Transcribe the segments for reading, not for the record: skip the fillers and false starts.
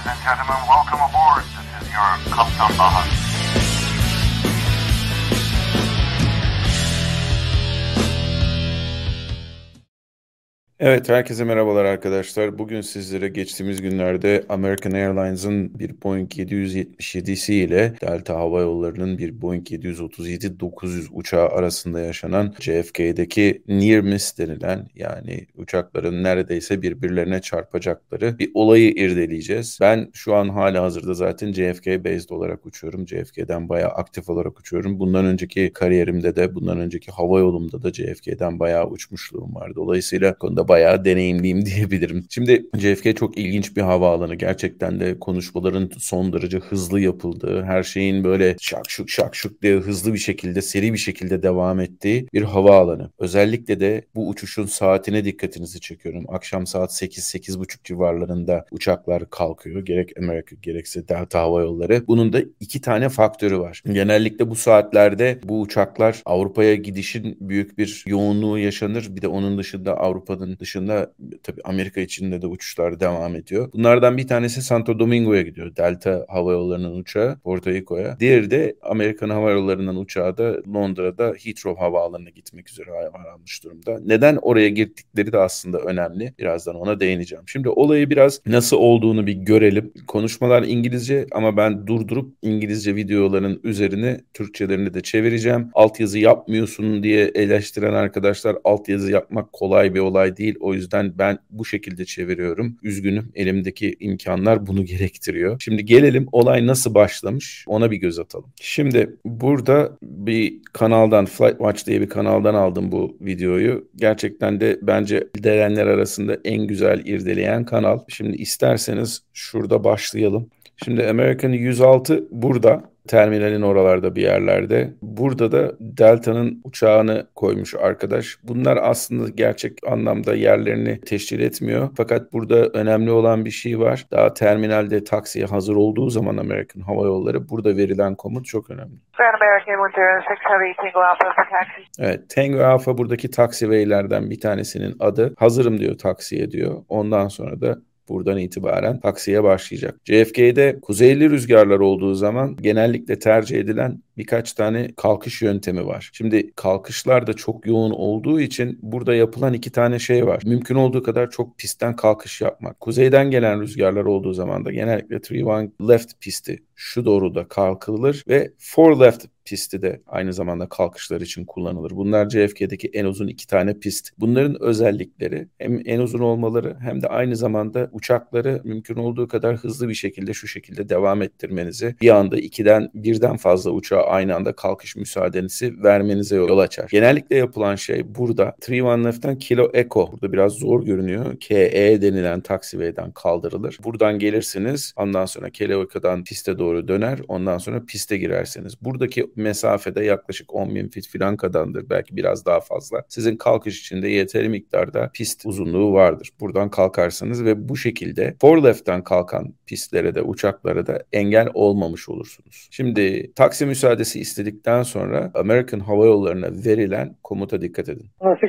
and gentlemen, welcome aboard. This is your Kaptan Bahar. Evet, herkese merhabalar arkadaşlar. Bugün sizlere geçtiğimiz günlerde American Airlines'ın bir Boeing 777'si ile Delta Hava Yolları'nın bir Boeing 737-900 uçağı arasında yaşanan JFK'deki near miss denilen, yani uçakların neredeyse birbirlerine çarpacakları bir olayı irdeleyeceğiz. Ben şu an halihazırda zaten JFK based olarak uçuyorum. JFK'den bayağı aktif olarak uçuyorum. Bundan önceki kariyerimde de, bundan önceki hava yolumda da JFK'den bayağı uçmuşluğum var. Dolayısıyla konuda bayağı deneyimliyim diyebilirim. Şimdi JFK çok ilginç bir havaalanı. Gerçekten de konuşmaların son derece hızlı yapıldığı, her şeyin böyle şak şuk diye hızlı bir şekilde, seri bir şekilde devam ettiği bir havaalanı. Özellikle de bu uçuşun saatine dikkatinizi çekiyorum. Akşam saat 8-8:30 civarlarında uçaklar kalkıyor. Gerek Amerika gerekse Delta Hava Yolları. Bunun da iki tane faktörü var. Genellikle bu saatlerde bu uçaklar Avrupa'ya gidişin büyük bir yoğunluğu yaşanır. Bir de onun dışında Avrupa'nın dışında tabii Amerika içinde de uçuşlar devam ediyor. Bunlardan bir tanesi Santo Domingo'ya gidiyor. Delta Hava Yolları'nın uçağı Porto Rico'ya. Diğeri de Amerikan Hava Yolları'nın uçağı da Londra'da Heathrow Havaalanı'na gitmek üzere ayarlanmış durumda. Neden oraya gittikleri de aslında önemli. Birazdan ona değineceğim. Şimdi olayı biraz nasıl olduğunu bir görelim. Konuşmalar İngilizce ama ben durdurup İngilizce videoların üzerine Türkçelerini de çevireceğim. Altyazı yapmıyorsun diye eleştiren arkadaşlar, altyazı yapmak kolay bir olay değil. O yüzden ben bu şekilde çeviriyorum. Üzgünüm, elimdeki imkanlar bunu gerektiriyor. Şimdi gelelim olay nasıl başlamış, ona bir göz atalım. Şimdi burada bir kanaldan, FlightWatch diye bir kanaldan aldım bu videoyu. Gerçekten de bence izleyenler arasında en güzel irdeleyen kanal. Şimdi isterseniz şurada başlayalım. Şimdi American 106 burada. Terminalin oralarda bir yerlerde. Burada da Delta'nın uçağını koymuş arkadaş. Bunlar aslında gerçek anlamda yerlerini teşkil etmiyor. Fakat burada önemli olan bir şey var. Daha terminalde taksiye hazır olduğu zaman American Hava Yolları, burada verilen komut çok önemli. American 106 Heavy Tango Alpha for taxi. Evet, Tango Alpha buradaki taxiway'lerden bir tanesinin adı. Hazırım diyor taksiye diyor. Ondan sonra da buradan itibaren taksiye başlayacak. JFK'de kuzeyli rüzgarlar olduğu zaman genellikle tercih edilen birkaç tane kalkış yöntemi var. Şimdi kalkışlar da çok yoğun olduğu için burada yapılan iki tane şey var. Mümkün olduğu kadar çok pistten kalkış yapmak. Kuzeyden gelen rüzgarlar olduğu zaman da genellikle 3-1 left pisti şu doğruda kalkılır ve 4 left pisti de aynı zamanda kalkışlar için kullanılır. Bunlar JFK'deki en uzun iki tane pist. Bunların özellikleri hem en uzun olmaları hem de aynı zamanda uçakları mümkün olduğu kadar hızlı bir şekilde şu şekilde devam ettirmenizi, bir anda birden fazla uçağa aynı anda kalkış müsaadesi vermenize yol açar. Genellikle yapılan şey burada 3-1 left'ten Kilo Echo, burada biraz zor görünüyor, KE denilen taxiway'den kaldırılır. Buradan gelirsiniz, ondan sonra Kilo Echo'dan piste doğru döner, ondan sonra piste girersiniz. Buradaki mesafede yaklaşık 10.000 fit filan kadardır, belki biraz daha fazla. Sizin kalkış için de yeteri miktarda pist uzunluğu vardır. Buradan kalkarsınız ve bu şekilde 4 left'ten kalkan pistlere de uçaklara da engel olmamış olursunuz. Şimdi taksi müsaadesi istedikten sonra American Hava Yolları'na verilen komuta dikkat edin.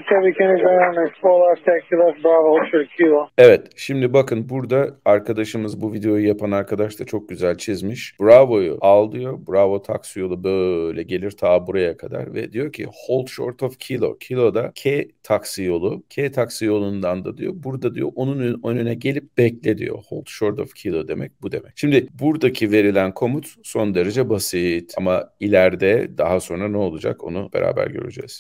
Evet, şimdi bakın burada arkadaşımız, bu videoyu yapan arkadaş da çok güzel çizmiş. Bravo'yu al diyor. Bravo taksi yolu böyle gelir ta buraya kadar ve diyor ki hold short of Kilo. Kilo da K taksi yolu. K taksi yolundan da diyor burada diyor onun önüne gelip bekle diyor. Hold short of Kilo demek bu demek. Şimdi buradaki verilen komut son derece basit ama ileride daha sonra ne olacak onu beraber göreceğiz.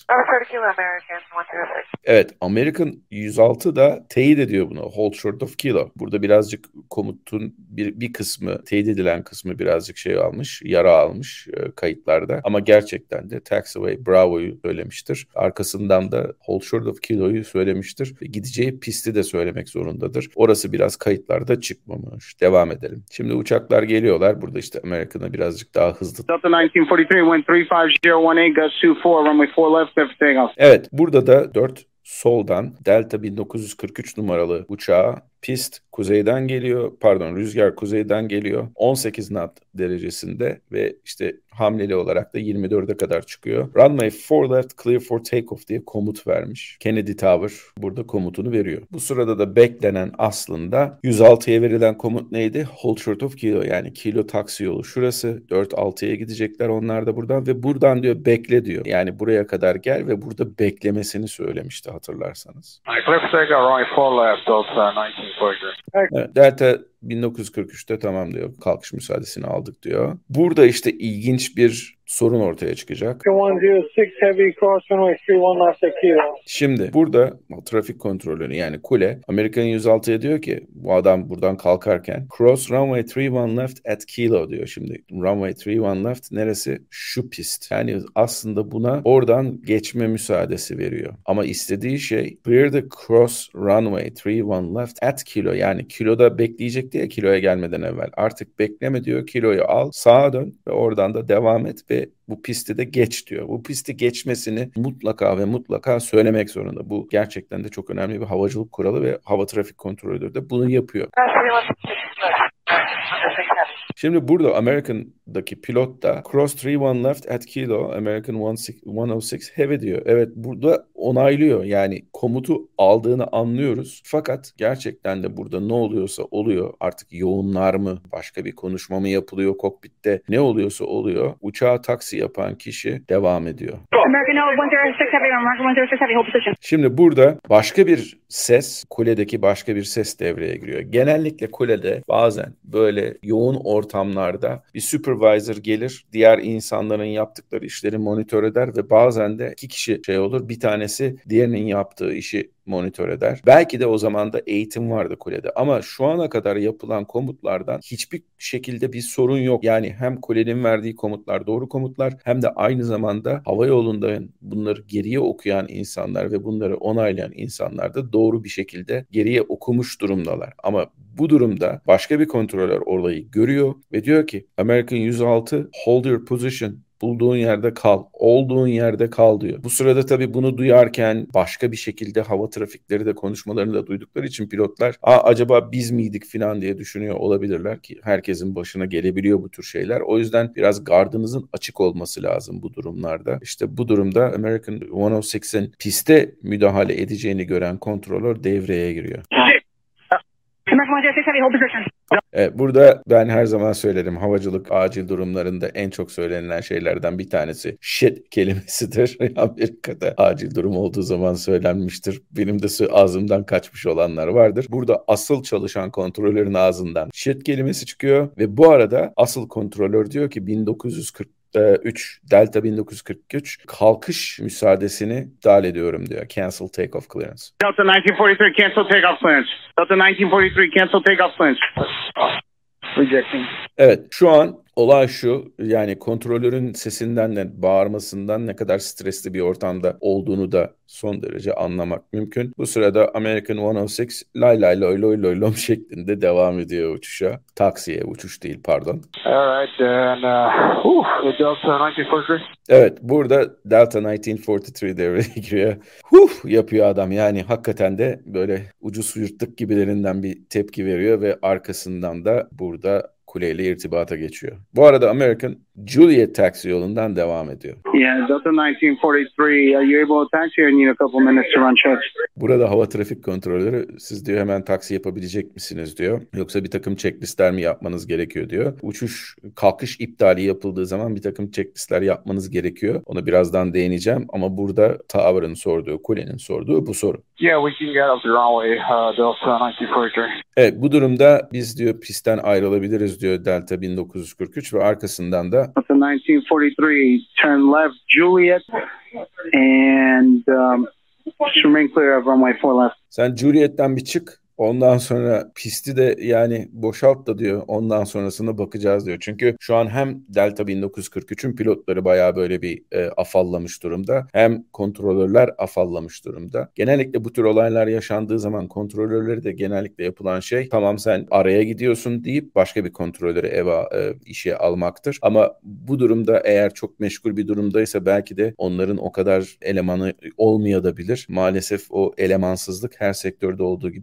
Evet, American 106 da teyit ediyor bunu. Hold short of Kilo. Burada birazcık komutun bir kısmı, teyit edilen kısmı birazcık yara almış kayıtlarda. Ama gerçekten de Taxiway Bravo'yu söylemiştir. Arkasından da Hold short of Kilo'yu söylemiştir. Ve gideceği pisti de söylemek zorundadır. Orası biraz kayıtlarda çıkmamış. Devam edelim. Şimdi uçaklar geliyorlar. Burada işte American'a birazcık daha hızlı. Delta 1943 went 35018 gust 24 runway 4 left everything off. Evet, burada da 4 soldan Delta 1943 numaralı uçağa Pist kuzeyden geliyor, pardon rüzgar kuzeyden geliyor. 18 knot derecesinde ve işte hamleli olarak da 24'e kadar çıkıyor. Runway 4 left clear for takeoff diye komut vermiş. Kennedy Tower burada komutunu veriyor. Bu sırada da beklenen aslında 106'ya verilen komut neydi? Hold short of kilo, yani kilo taksi yolu şurası. 4-6'ya gidecekler onlar da buradan ve buradan diyor bekle diyor. Yani buraya kadar gel ve burada beklemesini söylemişti hatırlarsanız. Clear for takeoff, runway 4 left, Delta 1943. Evet, Delta 1943'te tamam diyor. Kalkış müsaadesini aldık diyor. Burada işte ilginç bir sorun ortaya çıkacak. 106 Heavy cross runway 31 left at Kilo. Şimdi burada trafik kontrolörü yani kule Amerikan 106'ya diyor ki bu adam buradan kalkarken cross runway 31 left at Kilo diyor. Şimdi runway 31 left neresi? Şu pist. Yani aslında buna oradan geçme müsaadesi veriyor. Ama istediği şey clear the cross runway 31 left at Kilo. Yani kiloda bekleyecek diye kiloya gelmeden evvel. Artık bekleme diyor, kiloyu al, sağa dön ve oradan da devam et ve bu pisti de geç diyor. Bu pisti geçmesini mutlaka ve mutlaka söylemek zorunda. Bu gerçekten de çok önemli bir havacılık kuralı ve hava trafik kontrolörü de bunu yapıyor. Şimdi burada American'daki pilot da cross 31 left at Kilo, American 106 heavy diyor. Evet, burada onaylıyor. Yani komutu aldığını anlıyoruz. Fakat gerçekten de burada ne oluyorsa oluyor. Artık yoğunlar mı, başka bir konuşma mı yapılıyor kokpitte, ne oluyorsa oluyor. Uçağa taksi yapan kişi devam ediyor. American 106 Heavy, American 106 Heavy, hold position. Şimdi burada başka bir ses, kuledeki başka bir ses devreye giriyor. Genellikle kulede bazen böyle yoğun ortamlarda bir supervisor gelir, diğer insanların yaptıkları işleri monitör eder ve bazen de iki kişi olur. Bir tanesi diğerinin yaptığı işi monitör eder. Belki de o zaman da eğitim vardı kulede ama şu ana kadar yapılan komutlardan hiçbir şekilde bir sorun yok. Yani hem kulenin verdiği komutlar doğru komutlar hem de aynı zamanda hava yolunda bunları geriye okuyan insanlar ve bunları onaylayan insanlar da doğru bir şekilde geriye okumuş durumdalar. Ama bu durumda başka bir kontrolör olayı görüyor ve diyor ki American 106 hold your position. Bulduğun yerde kal, olduğun yerde kal diyor. Bu sırada tabii bunu duyarken başka bir şekilde hava trafikleri de konuşmalarını da duydukları için pilotlar acaba biz miydik falan diye düşünüyor olabilirler ki herkesin başına gelebiliyor bu tür şeyler. O yüzden biraz gardınızın açık olması lazım bu durumlarda. İşte bu durumda American 106'ın piste müdahale edeceğini gören kontrolör devreye giriyor. American 106 Heavy, hold position. Evet, burada ben her zaman söylerim havacılık acil durumlarında en çok söylenilen şeylerden bir tanesi shit kelimesidir. Amerika'da acil durum olduğu zaman söylenmiştir. Benim de ağzımdan kaçmış olanlar vardır. Burada asıl çalışan kontrolörün ağzından shit kelimesi çıkıyor ve bu arada asıl kontrolör diyor ki 1943 Delta 1943 kalkış müsaadesini iptal ediyorum diyor. Cancel takeoff clearance. Delta 1943, cancel takeoff clearance. Delta 1943, cancel takeoff clearance. Rejecting. Evet, şu an olay şu, yani kontrolörün sesinden de bağırmasından ne kadar stresli bir ortamda olduğunu da son derece anlamak mümkün. Bu sırada American 106 lay lay loy loy loy lom şeklinde devam ediyor uçuşa. Taksiye, uçuş değil pardon. Alright, and Delta 1943. Evet, burada Delta 1943 devreye giriyor. Yapıyor adam, yani hakikaten de böyle ucuz yırttık gibilerinden bir tepki veriyor ve arkasından da burada kuleyle irtibata geçiyor. Bu arada American Juliet taksi yolundan devam ediyor. Yeah, Delta 1943, are you able to taxi or need a couple minutes to run checks? Burada hava trafik kontrolörü siz diyor hemen taksi yapabilecek misiniz diyor. Yoksa bir takım checklistler mi yapmanız gerekiyor diyor. Uçuş kalkış iptali yapıldığı zaman bir takım checklistler yapmanız gerekiyor. Ona birazdan değineceğim ama burada Tower'ın sorduğu, kulenin sorduğu bu soru. Yeah, we can get up the runway, Delta 1943. Evet, bu durumda biz diyor pistten ayrılabiliriz diyor Delta 1943 ve arkasından da Delta 1943, turn left Juliet and remain clear of runway 4 left. sen Juliet'ten bir çık. Ondan sonra pisti de yani boşalt da diyor. Ondan sonrasına bakacağız diyor. Çünkü şu an hem Delta 1943'ün pilotları bayağı böyle bir afallamış durumda. Hem kontrolörler afallamış durumda. Genellikle bu tür olaylar yaşandığı zaman kontrolörleri de genellikle yapılan şey tamam sen araya gidiyorsun deyip başka bir kontrolörü işe almaktır. Ama bu durumda eğer çok meşgul bir durumdaysa belki de onların o kadar elemanı olmayabilir. Maalesef o elemansızlık her sektörde olduğu gibi bu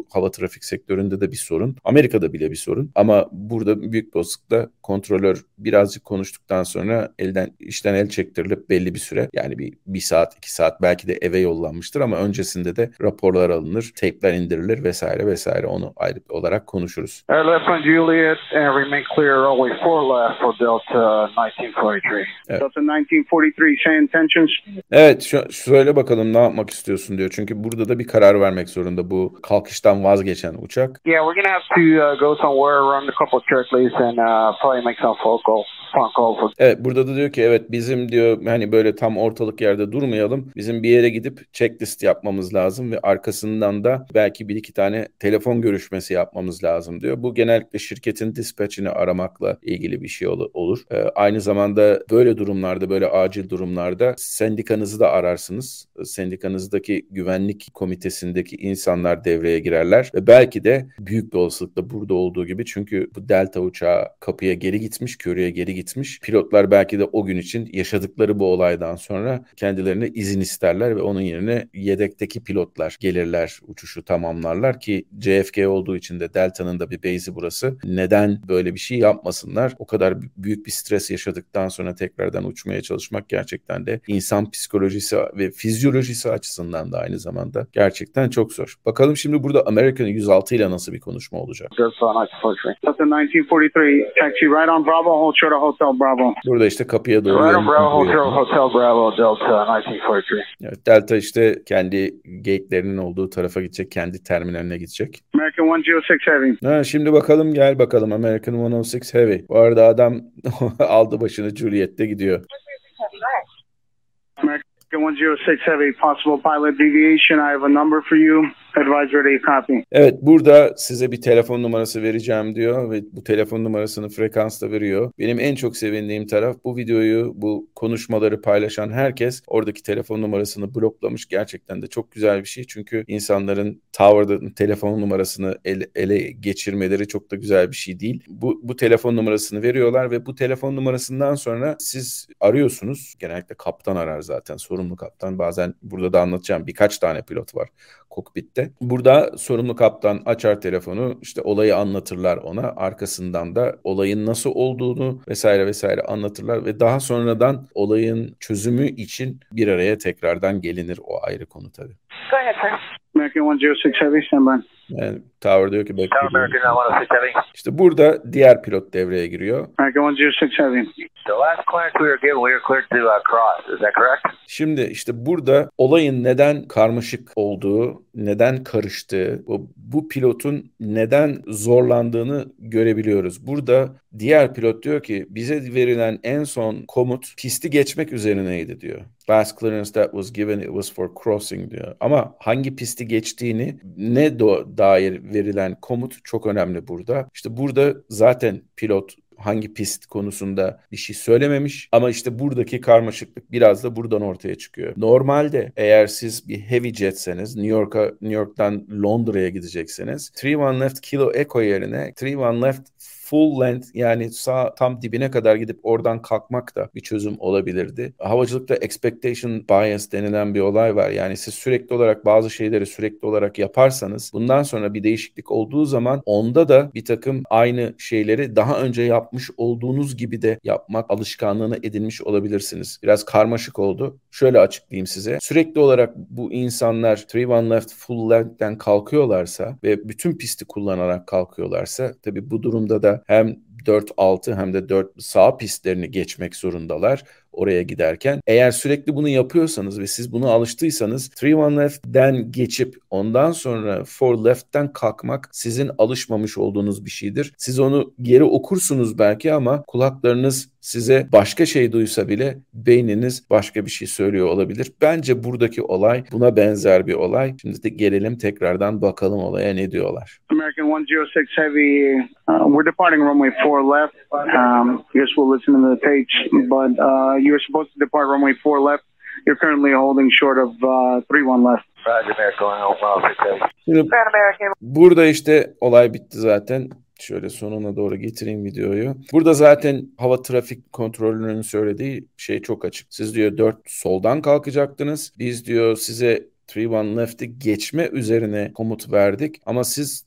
bu hava trafik sektöründe de bir sorun. Amerika'da bile bir sorun. Ama burada büyük bir olasılıkla kontrolör birazcık konuştuktan sonra işten el çektirilip belli bir süre, yani bir saat 2 saat belki de eve yollanmıştır ama öncesinde de raporlar alınır, teypler indirilir vesaire vesaire, onu ayrı olarak konuşuruz. Left on Juliet and remain clear runway 4 left for Delta 1943. Evet. Delta 1943, say intentions. Evet, söyle bakalım ne yapmak istiyorsun diyor. Çünkü burada da bir karar vermek zorunda bu kalkıştan vazgeçen uçak. Yeah, we're gonna have to go somewhere, run a couple of checklists and probably make some phone call for. Evet, burada da diyor ki evet, bizim diyor hani böyle tam ortalık yerde durmayalım. Bizim bir yere gidip checklist yapmamız lazım ve arkasından da belki bir iki tane telefon görüşmesi yapmamız lazım diyor. Bu genellikle şirketin dispatchini aramakla ilgili bir şey olur. Aynı zamanda böyle durumlarda, böyle acil durumlarda sendikanızı da ararsınız. Sendikanızdaki güvenlik komitesindeki insanlar devreye girerler ve belki de büyük bir olasılıkla burada olduğu gibi, çünkü bu Delta uçağı kapıya geri gitmiş, körüye geri gitmiş. Pilotlar belki de o gün için yaşadıkları bu olaydan sonra kendilerine izin isterler ve onun yerine yedekteki pilotlar gelirler, uçuşu tamamlarlar ki JFK olduğu için de Delta'nın da bir base'i burası. Neden böyle bir şey yapmasınlar? O kadar büyük bir stres yaşadıktan sonra tekrardan uçmaya çalışmak gerçekten de insan psikolojisi ve fizyolojisi açısından da aynı zamanda gerçekten çok zor. Bakalım şimdi burada American 106 ile nasıl bir konuşma olacak? Delta 1943, taxi right on Bravo, hold short of Hotel Bravo. Burada işte kapıya doğru Right on Bravo, yönlendiriyor. Hotel Bravo, Delta 1943. Evet, Delta işte kendi gate'lerinin olduğu tarafa gidecek, kendi terminaline gidecek. American 106 Heavy. Şimdi bakalım, gel bakalım American 106 Heavy. Bu arada adam aldı başını Juliet'te gidiyor. American 106 Heavy, possible pilot deviation. I have a number for you. Advise ready, copy. Evet, burada size bir telefon numarası vereceğim diyor ve bu telefon numarasını frekansta veriyor. Benim en çok sevindiğim taraf, bu videoyu, bu konuşmaları paylaşan herkes oradaki telefon numarasını bloklamış. Gerçekten de çok güzel bir şey. Çünkü insanların tower'da telefon numarasını ele geçirmeleri çok da güzel bir şey değil. Bu telefon numarasını veriyorlar ve bu telefon numarasından sonra siz arıyorsunuz. Genellikle kaptan arar zaten, sorumlu kaptan. Bazen burada da anlatacağım, birkaç tane pilot var kokpitte. Burada sorumlu kaptan açar telefonu, işte olayı anlatırlar ona. Arkasından da olayın nasıl olduğunu vesaire vesaire anlatırlar ve daha sonradan olayın çözümü için bir araya tekrardan gelinir. O ayrı konu tabii. Go ahead, sir. American 106 Heavy, stand by. Yani Tower diyor ki bekliyor. American 106 Heavy. İşte burada diğer pilot devreye giriyor. American 106 Heavy. The last clearance we were given, we were cleared to cross. Is that correct? Şimdi işte burada olayın neden karmaşık olduğu, neden karıştığı, bu pilotun neden zorlandığını görebiliyoruz. Burada diğer pilot diyor ki bize verilen en son komut pisti geçmek üzerineydi diyor. Last clearance that was given, it was for crossing diyor. Ama hangi pisti geçtiğini dair verilen komut çok önemli burada. İşte burada zaten pilot hangi pist konusunda bir şey söylememiş ama işte buradaki karmaşıklık biraz da buradan ortaya çıkıyor. Normalde eğer siz bir heavy jetseniz, New York'tan Londra'ya gidecekseniz 31 left kilo echo yerine 31 left full length, yani tam dibine kadar gidip oradan kalkmak da bir çözüm olabilirdi. Havacılıkta expectation bias denilen bir olay var. Yani siz sürekli olarak bazı şeyleri sürekli olarak yaparsanız bundan sonra bir değişiklik olduğu zaman onda da bir takım aynı şeyleri daha önce yapmış olduğunuz gibi de yapmak alışkanlığına edinmiş olabilirsiniz. Biraz karmaşık oldu. Şöyle açıklayayım size. Sürekli olarak bu insanlar 31 left full length'ten kalkıyorlarsa ve bütün pisti kullanarak kalkıyorlarsa tabii bu durumda da hem 4-6 hem de 4 sağ pistlerini geçmek zorundalar oraya giderken. Eğer sürekli bunu yapıyorsanız ve siz buna alıştıysanız 31 left'ten geçip ondan sonra 4 left'ten kalkmak sizin alışmamış olduğunuz bir şeydir. Siz onu geri okursunuz belki ama kulaklarınız size başka şey duysa bile beyniniz başka bir şey söylüyor olabilir. Bence buradaki olay buna benzer bir olay. Şimdi de gelelim tekrardan bakalım olaya ne diyorlar. American 106 Heavy, we're departing runway 4 left. I guess we'll listen to the tapes, but you're supposed to depart runway 4 left. You're currently holding short of 31 left. Roger, American 106 Heavy. Şimdi Grand American. burada işte olay bitti zaten. Şöyle sonuna doğru getireyim videoyu. Burada zaten hava trafik kontrolörünün söylediği şey çok açık. Siz diyor 4 soldan kalkacaktınız. Biz diyor size 3-1 left'i geçme üzerine komut verdik ama siz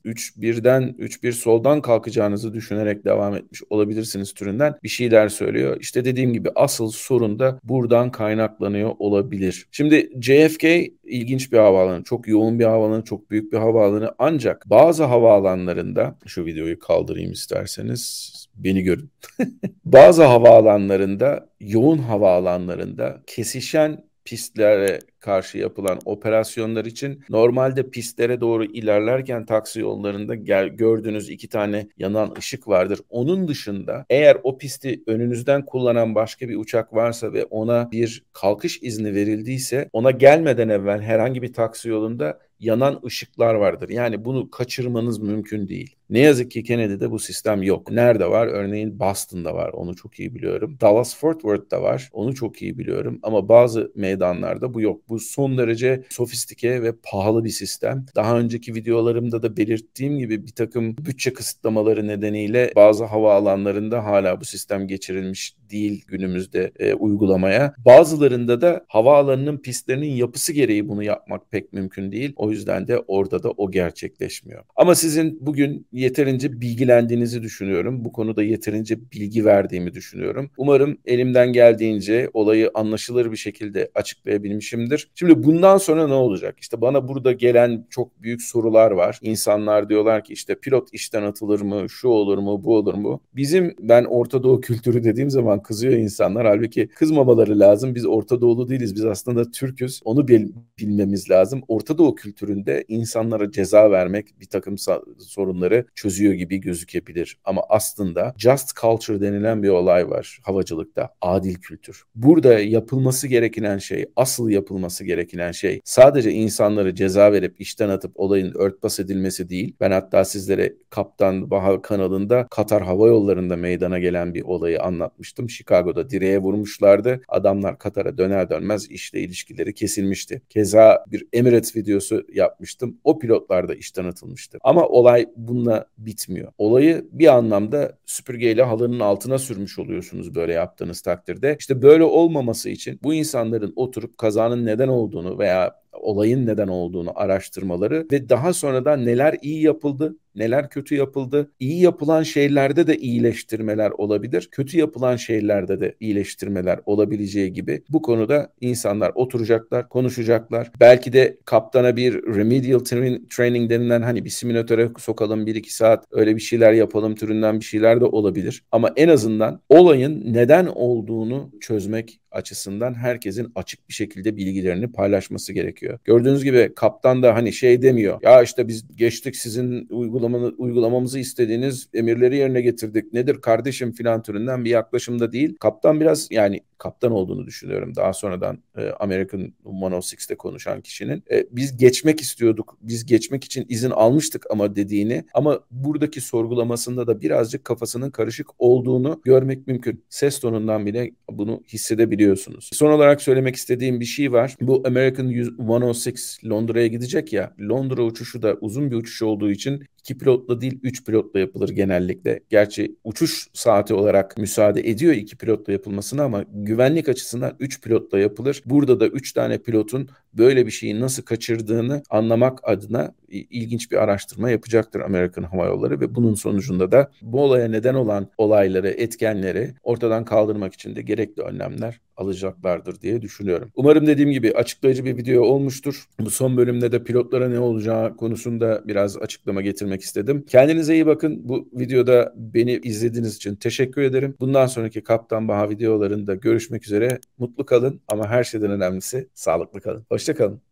3-1 soldan kalkacağınızı düşünerek devam etmiş olabilirsiniz türünden bir şeyler söylüyor. İşte dediğim gibi asıl sorun da buradan kaynaklanıyor olabilir. Şimdi JFK ilginç bir havaalanı, çok yoğun bir havaalanı, çok büyük bir havaalanı ancak bazı havaalanlarında, şu videoyu kaldırayım isterseniz, beni görün. Bazı havaalanlarında, yoğun havaalanlarında kesişen pistlere karşı yapılan operasyonlar için normalde pistlere doğru ilerlerken taksi yollarında gördüğünüz 2 tane yanan ışık vardır. Onun dışında eğer o pisti önünüzden kullanan başka bir uçak varsa ve ona bir kalkış izni verildiyse ona gelmeden evvel herhangi bir taksi yolunda yanan ışıklar vardır. Yani bunu kaçırmanız mümkün değil. Ne yazık ki Kennedy'de bu sistem yok. Nerede var? Örneğin Boston'da var. Onu çok iyi biliyorum. Dallas-Fort Worth'ta var. Onu çok iyi biliyorum. Ama bazı meydanlarda bu yok. Bu son derece sofistike ve pahalı bir sistem. Daha önceki videolarımda da belirttiğim gibi bir takım bütçe kısıtlamaları nedeniyle bazı havaalanlarında hala bu sistem geçirilmiş değil günümüzde uygulamaya. Bazılarında da havaalanının pistlerinin yapısı gereği bunu yapmak pek mümkün değil. O yüzden de orada da o gerçekleşmiyor. Ama sizin bugün yeterince bilgilendiğinizi düşünüyorum. Bu konuda yeterince bilgi verdiğimi düşünüyorum. Umarım elimden geldiğince olayı anlaşılır bir şekilde açıklayabilmişimdir. Şimdi bundan sonra ne olacak? İşte bana burada gelen çok büyük sorular var. İnsanlar diyorlar ki işte pilot işten atılır mı? Şu olur mu? Bu olur mu? Ben Orta Doğu kültürü dediğim zaman kızıyor insanlar. Halbuki kızmamaları lazım. Biz Orta Doğulu değiliz. Biz aslında Türk'üz. Onu bilmemiz lazım. Orta Doğu kültüründe insanlara ceza vermek bir takım sorunları çözüyor gibi gözükebilir. Ama aslında just culture denilen bir olay var havacılıkta. Adil kültür. Burada yapılması gereken şey, asıl yapılması gereken şey sadece insanları ceza verip işten atıp olayın örtbas edilmesi değil. Ben hatta sizlere Kaptan Baha kanalında Katar Hava Yolları'nda meydana gelen bir olayı anlatmıştım. Chicago'da direğe vurmuşlardı. Adamlar Katar'a döner dönmez işle ilişkileri kesilmişti. Keza bir Emirates videosu yapmıştım. O pilotlar da işten atılmıştı. Ama olay bununla bitmiyor. Olayı bir anlamda süpürgeyle halının altına sürmüş oluyorsunuz böyle yaptığınız takdirde. İşte böyle olmaması için bu insanların oturup kazanın neden olduğunu veya olayın neden olduğunu araştırmaları ve daha sonradan neler iyi yapıldı, neler kötü yapıldı, iyi yapılan şeylerde de iyileştirmeler olabilir, kötü yapılan şeylerde de iyileştirmeler olabileceği gibi bu konuda insanlar oturacaklar, konuşacaklar. Belki de kaptana bir remedial training denilen hani bir simülatöre sokalım 1-2 saat öyle bir şeyler yapalım türünden bir şeyler de olabilir. Ama en azından olayın neden olduğunu çözmek açısından herkesin açık bir şekilde bilgilerini paylaşması gerekiyor. Gördüğünüz gibi kaptan da hani şey demiyor. Ya işte biz geçtik sizin uygulamamızı istediğiniz emirleri yerine getirdik. Nedir kardeşim filan türünden bir yaklaşımda değil. Kaptan biraz yani kaptan olduğunu düşünüyorum. Daha sonradan American 106'de konuşan kişinin. Biz geçmek istiyorduk. Biz geçmek için izin almıştık ama dediğini. Ama buradaki sorgulamasında da birazcık kafasının karışık olduğunu görmek mümkün. Ses tonundan bile bunu hissedebiliyorsunuz. Son olarak söylemek istediğim bir şey var. Bu American 106 Londra'ya gidecek ya. Londra uçuşu da uzun bir uçuş olduğu için 2 pilotla değil 3 pilotla yapılır genellikle. Gerçi uçuş saati olarak müsaade ediyor 2 pilotla yapılmasına ama güvenlik açısından 3 pilotla yapılır. Burada da 3 tane pilotun böyle bir şeyi nasıl kaçırdığını anlamak adına ilginç bir araştırma yapacaktır Amerikan Hava Yolları ve bunun sonucunda da bu olaya neden olan olayları, etkenleri ortadan kaldırmak için de gerekli önlemler alacaklardır diye düşünüyorum. Umarım dediğim gibi açıklayıcı bir video olmuştur. Bu son bölümde de pilotlara ne olacağı konusunda biraz açıklama getirmek istedim. Kendinize iyi bakın. Bu videoda beni izlediğiniz için teşekkür ederim. Bundan sonraki Kaptan Baha videolarında görüşmek üzere. Mutlu kalın ama her şeyden önemlisi sağlıklı kalın. Hoşça kalın.